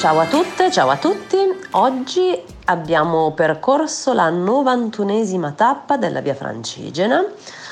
Ciao a tutte, ciao a tutti. Oggi abbiamo percorso la 91esima tappa della Via Francigena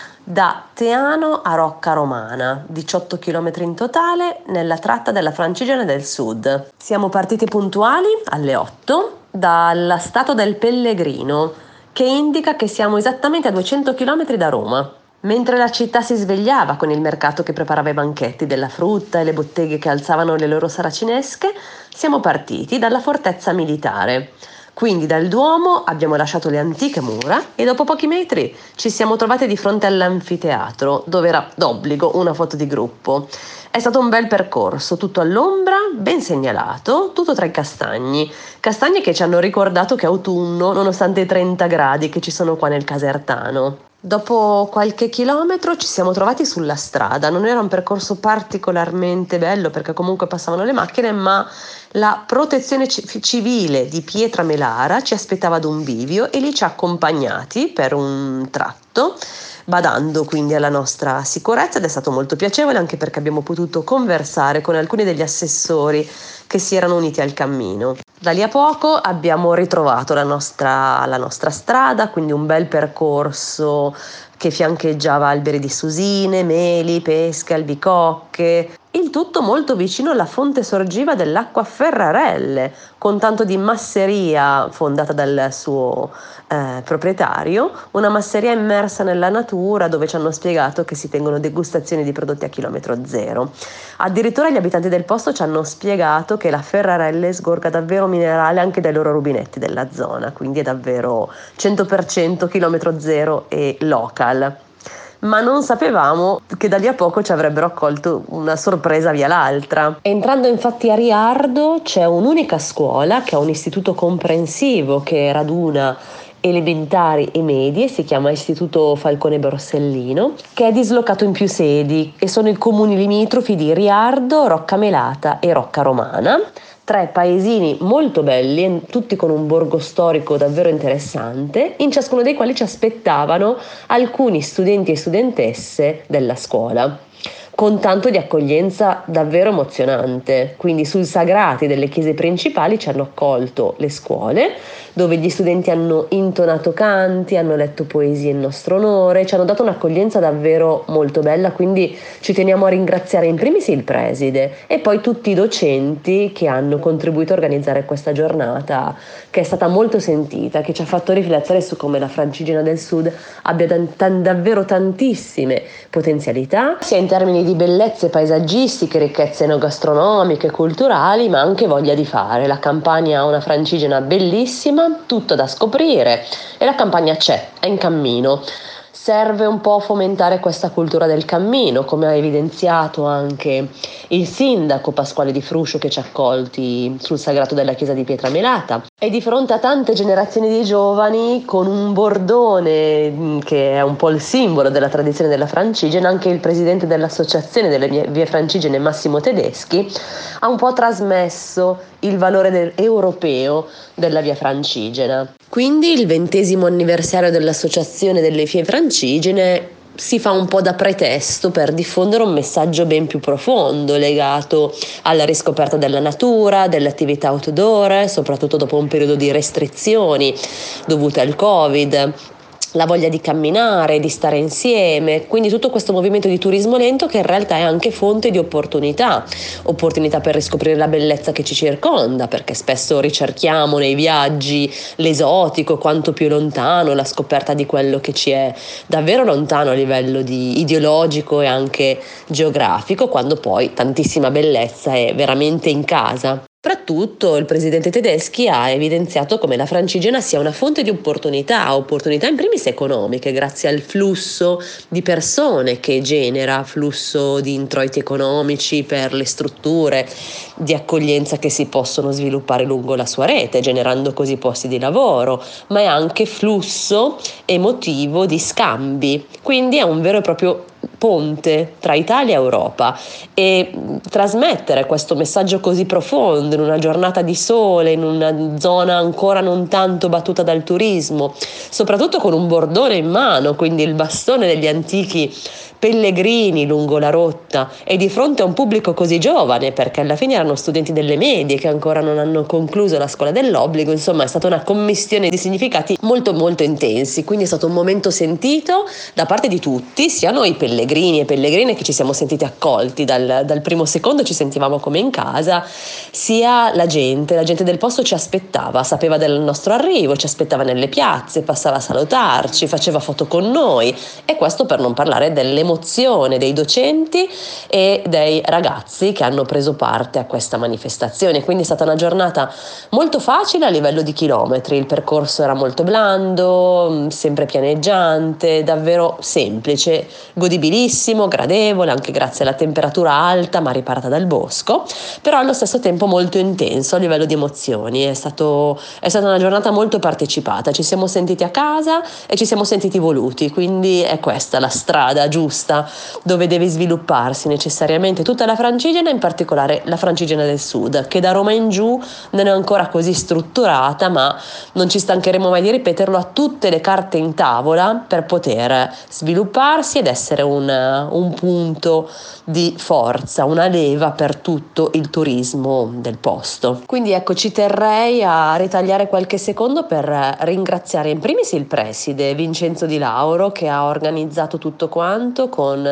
da Teano a Rocca Romana, 18 km in totale nella tratta della Francigena del Sud. Siamo partiti puntuali alle 8 dalla Stato del Pellegrino, che indica che siamo esattamente a 200 km da Roma. Mentre la città si svegliava con il mercato che preparava i banchetti della frutta e le botteghe che alzavano le loro saracinesche, siamo partiti dalla fortezza militare. Quindi dal Duomo abbiamo lasciato le antiche mura e dopo pochi metri ci siamo trovati di fronte all'anfiteatro, dove era d'obbligo una foto di gruppo. È stato un bel percorso, tutto all'ombra, ben segnalato, tutto tra i castagni. Castagni che ci hanno ricordato che è autunno, nonostante i 30 gradi che ci sono qua nel Casertano. Dopo qualche chilometro ci siamo trovati sulla strada, non era un percorso particolarmente bello perché comunque passavano le macchine, ma la protezione civile di Pietramelara ci aspettava ad un bivio e lì ci ha accompagnati per un tratto, badando quindi alla nostra sicurezza, ed è stato molto piacevole anche perché abbiamo potuto conversare con alcuni degli assessori che si erano uniti al cammino. Da lì a poco abbiamo ritrovato la nostra strada, quindi un bel percorso che fiancheggiava alberi di susine, meli, pesche, albicocche, il tutto molto vicino alla fonte sorgiva dell'acqua Ferrarelle, con tanto di masseria fondata dal suo proprietario, una masseria immersa nella natura dove ci hanno spiegato che si tengono degustazioni di prodotti a chilometro zero. Addirittura gli abitanti del posto ci hanno spiegato che la Ferrarelle sgorga davvero minerale anche dai loro rubinetti della zona, quindi è davvero 100% chilometro zero e local. Ma non sapevamo che da lì a poco ci avrebbero accolto una sorpresa via l'altra. Entrando infatti a Riardo c'è un'unica scuola che è un istituto comprensivo che raduna elementari e medie, si chiama Istituto Falcone Borsellino, che è dislocato in più sedi e sono i comuni limitrofi di Riardo, Roccamelata e Rocca Romana. 3 paesini molto belli, tutti con un borgo storico davvero interessante, in ciascuno dei quali ci aspettavano alcuni studenti e studentesse della scuola, con tanto di accoglienza davvero emozionante. Quindi sul Sagrati delle chiese principali ci hanno accolto le scuole, dove gli studenti hanno intonato canti, hanno letto poesie in nostro onore, ci hanno dato un'accoglienza davvero molto bella, quindi ci teniamo a ringraziare in primis il preside e poi tutti i docenti che hanno contribuito a organizzare questa giornata, che è stata molto sentita, che ci ha fatto riflettere su come la Francigena del Sud abbia davvero tantissime potenzialità, sia in termini di bellezze paesaggistiche, ricchezze enogastronomiche, culturali, ma anche voglia di fare. La Campania ha una Francigena bellissima, tutto da scoprire e la campagna c'è, è in cammino. Serve un po' fomentare questa cultura del cammino, come ha evidenziato anche il sindaco Pasquale Di Fruscio che ci ha accolti sul sagrato della chiesa di Pietramelata. E di fronte a tante generazioni di giovani, con un bordone che è un po' il simbolo della tradizione della Francigena, anche il presidente dell'associazione delle Vie Francigene, Massimo Tedeschi, ha un po' trasmesso il valore europeo della Via Francigena. Quindi il 20° anniversario dell'Associazione delle Vie Francigene si fa un po' da pretesto per diffondere un messaggio ben più profondo legato alla riscoperta della natura, delle attività outdoor, soprattutto dopo un periodo di restrizioni dovute al Covid, la voglia di camminare, di stare insieme, quindi tutto questo movimento di turismo lento che in realtà è anche fonte di opportunità per riscoprire la bellezza che ci circonda, perché spesso ricerchiamo nei viaggi l'esotico, quanto più lontano, la scoperta di quello che ci è davvero lontano a livello di ideologico e anche geografico, quando poi tantissima bellezza è veramente in casa. Soprattutto il presidente Tedeschi ha evidenziato come la Francigena sia una fonte di opportunità in primis economiche, grazie al flusso di persone che genera, flusso di introiti economici per le strutture di accoglienza che si possono sviluppare lungo la sua rete, generando così posti di lavoro, ma è anche flusso emotivo di scambi, quindi è un vero e proprio ponte tra Italia e Europa, e trasmettere questo messaggio così profondo in una giornata di sole, in una zona ancora non tanto battuta dal turismo, soprattutto con un bordone in mano, quindi il bastone degli antichi pellegrini lungo la rotta, e di fronte a un pubblico così giovane, perché alla fine erano studenti delle medie che ancora non hanno concluso la scuola dell'obbligo. Insomma, è stata una commistione di significati molto molto intensi, quindi è stato un momento sentito da parte di tutti, sia noi pellegrini e pellegrine che ci siamo sentiti accolti dal primo secondo, ci sentivamo come in casa, sia la gente del posto ci aspettava, sapeva del nostro arrivo, ci aspettava nelle piazze, passava a salutarci, faceva foto con noi, e questo per non parlare dell'emozione dei docenti e dei ragazzi che hanno preso parte a questa manifestazione. Quindi è stata una giornata molto facile a livello di chilometri, il percorso era molto blando, sempre pianeggiante, davvero semplice, godibilissimo, gradevole, anche grazie alla temperatura alta ma riparata dal bosco, però allo stesso tempo molto intenso a livello di emozioni. È stata una giornata molto partecipata, ci siamo sentiti a casa e ci siamo sentiti voluti, quindi è questa la strada giusta dove deve svilupparsi necessariamente tutta la Francigena, in particolare la Francigena del Sud, che da Roma in giù non è ancora così strutturata, ma non ci stancheremo mai di ripeterlo, ha tutte le carte in tavola per poter svilupparsi ed essere un punto di forza, una leva per tutto il turismo del posto. Quindi ecco, ci terrei a ritagliare qualche secondo per ringraziare in primis il preside Vincenzo Di Lauro, che ha organizzato tutto quanto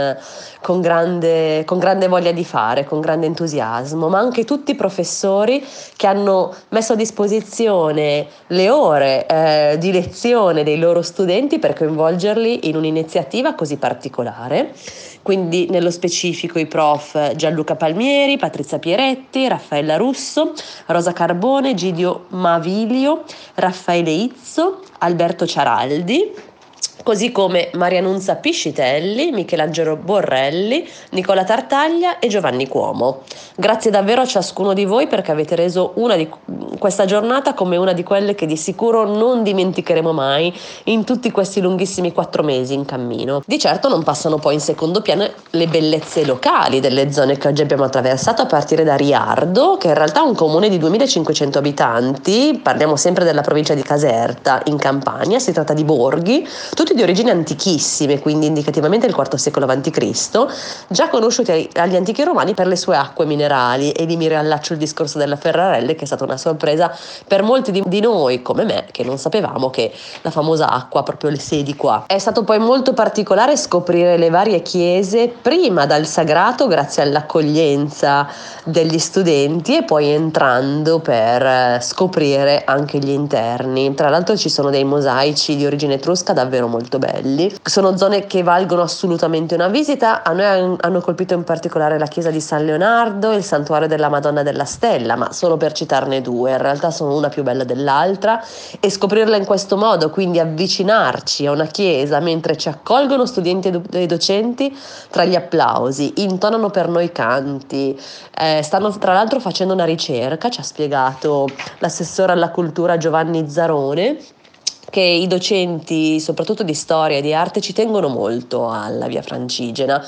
con grande voglia di fare, con grande entusiasmo, ma anche tutti i professori che hanno messo a disposizione le ore di lezione dei loro studenti per coinvolgerli in un'iniziativa così particolare. Quindi nello specifico i prof Gianluca Palmieri, Patrizia Pieretti, Raffaella Russo, Rosa Carbone, Gidio Mavilio, Raffaele Izzo, Alberto Ciaraldi, così come Maria Nunzia Piscitelli, Michelangelo Borrelli, Nicola Tartaglia e Giovanni Cuomo. Grazie davvero a ciascuno di voi, perché avete reso questa giornata come una di quelle che di sicuro non dimenticheremo mai in tutti questi lunghissimi 4 mesi in cammino. Di certo non passano poi in secondo piano le bellezze locali delle zone che oggi abbiamo attraversato, a partire da Riardo, che in realtà è un comune di 2500 abitanti, parliamo sempre della provincia di Caserta in Campania, si tratta di borghi, tutti di origini antichissime, quindi indicativamente il IV secolo a.C., già conosciuti agli antichi romani per le sue acque minerali. E lì mi riallaccio il discorso della Ferrarelle, che è stata una sorpresa per molti di noi, come me, che non sapevamo che la famosa acqua ha proprio le sedi qua. È stato poi molto particolare scoprire le varie chiese, prima dal sagrato grazie all'accoglienza degli studenti, e poi entrando per scoprire anche gli interni. Tra l'altro ci sono dei mosaici di origine etrusca davvero molto belli. Sono zone che valgono assolutamente una visita. A noi hanno colpito in particolare la chiesa di San Leonardo e il santuario della Madonna della Stella, ma solo per citarne due, in realtà sono una più bella dell'altra, e scoprirla in questo modo, quindi avvicinarci a una chiesa mentre ci accolgono studenti e docenti tra gli applausi, intonano per noi canti, stanno tra l'altro facendo una ricerca, ci ha spiegato l'assessore alla cultura Giovanni Zarone, che i docenti, soprattutto di storia e di arte, ci tengono molto alla Via Francigena.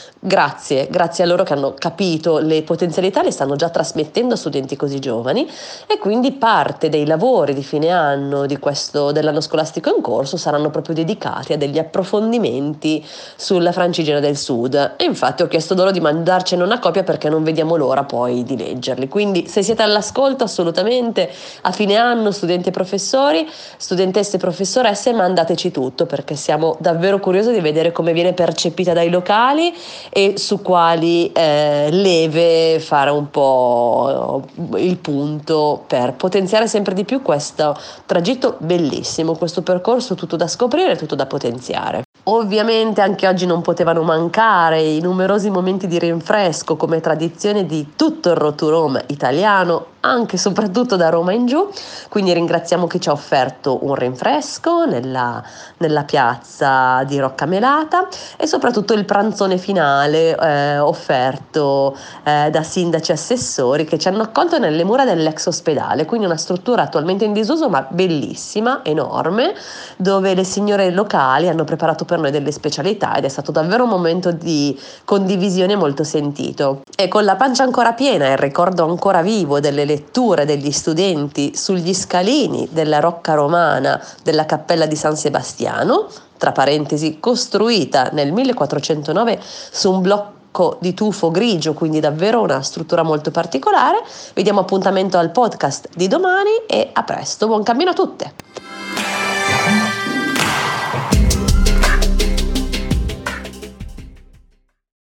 Grazie a loro che hanno capito le potenzialità, le stanno già trasmettendo a studenti così giovani, e quindi parte dei lavori di fine anno dell'anno scolastico in corso saranno proprio dedicati a degli approfondimenti sulla Francigena del Sud, e infatti ho chiesto loro di mandarcene una copia perché non vediamo l'ora poi di leggerli. Quindi se siete all'ascolto, assolutamente a fine anno, studenti e professori, studentesse e professoresse, mandateci tutto, perché siamo davvero curiosi di vedere come viene percepita dai locali e su quali leve fare un po' il punto per potenziare sempre di più questo tragitto bellissimo, questo percorso tutto da scoprire, tutto da potenziare. Ovviamente anche oggi non potevano mancare i numerosi momenti di rinfresco, come tradizione di tutto il Rotorom italiano, anche e soprattutto da Roma in giù, quindi ringraziamo chi ci ha offerto un rinfresco nella piazza di Roccamelata e soprattutto il pranzone finale offerto da sindaci e assessori che ci hanno accolto nelle mura dell'ex ospedale, quindi una struttura attualmente in disuso ma bellissima, enorme, dove le signore locali hanno preparato per noi delle specialità ed è stato davvero un momento di condivisione molto sentito. E con la pancia ancora piena e il ricordo ancora vivo delle letture degli studenti sugli scalini della Rocca Romana della Cappella di San Sebastiano, tra parentesi costruita nel 1409 su un blocco di tufo grigio, quindi davvero una struttura molto particolare. Vi diamo appuntamento al podcast di domani e a presto, buon cammino a tutte!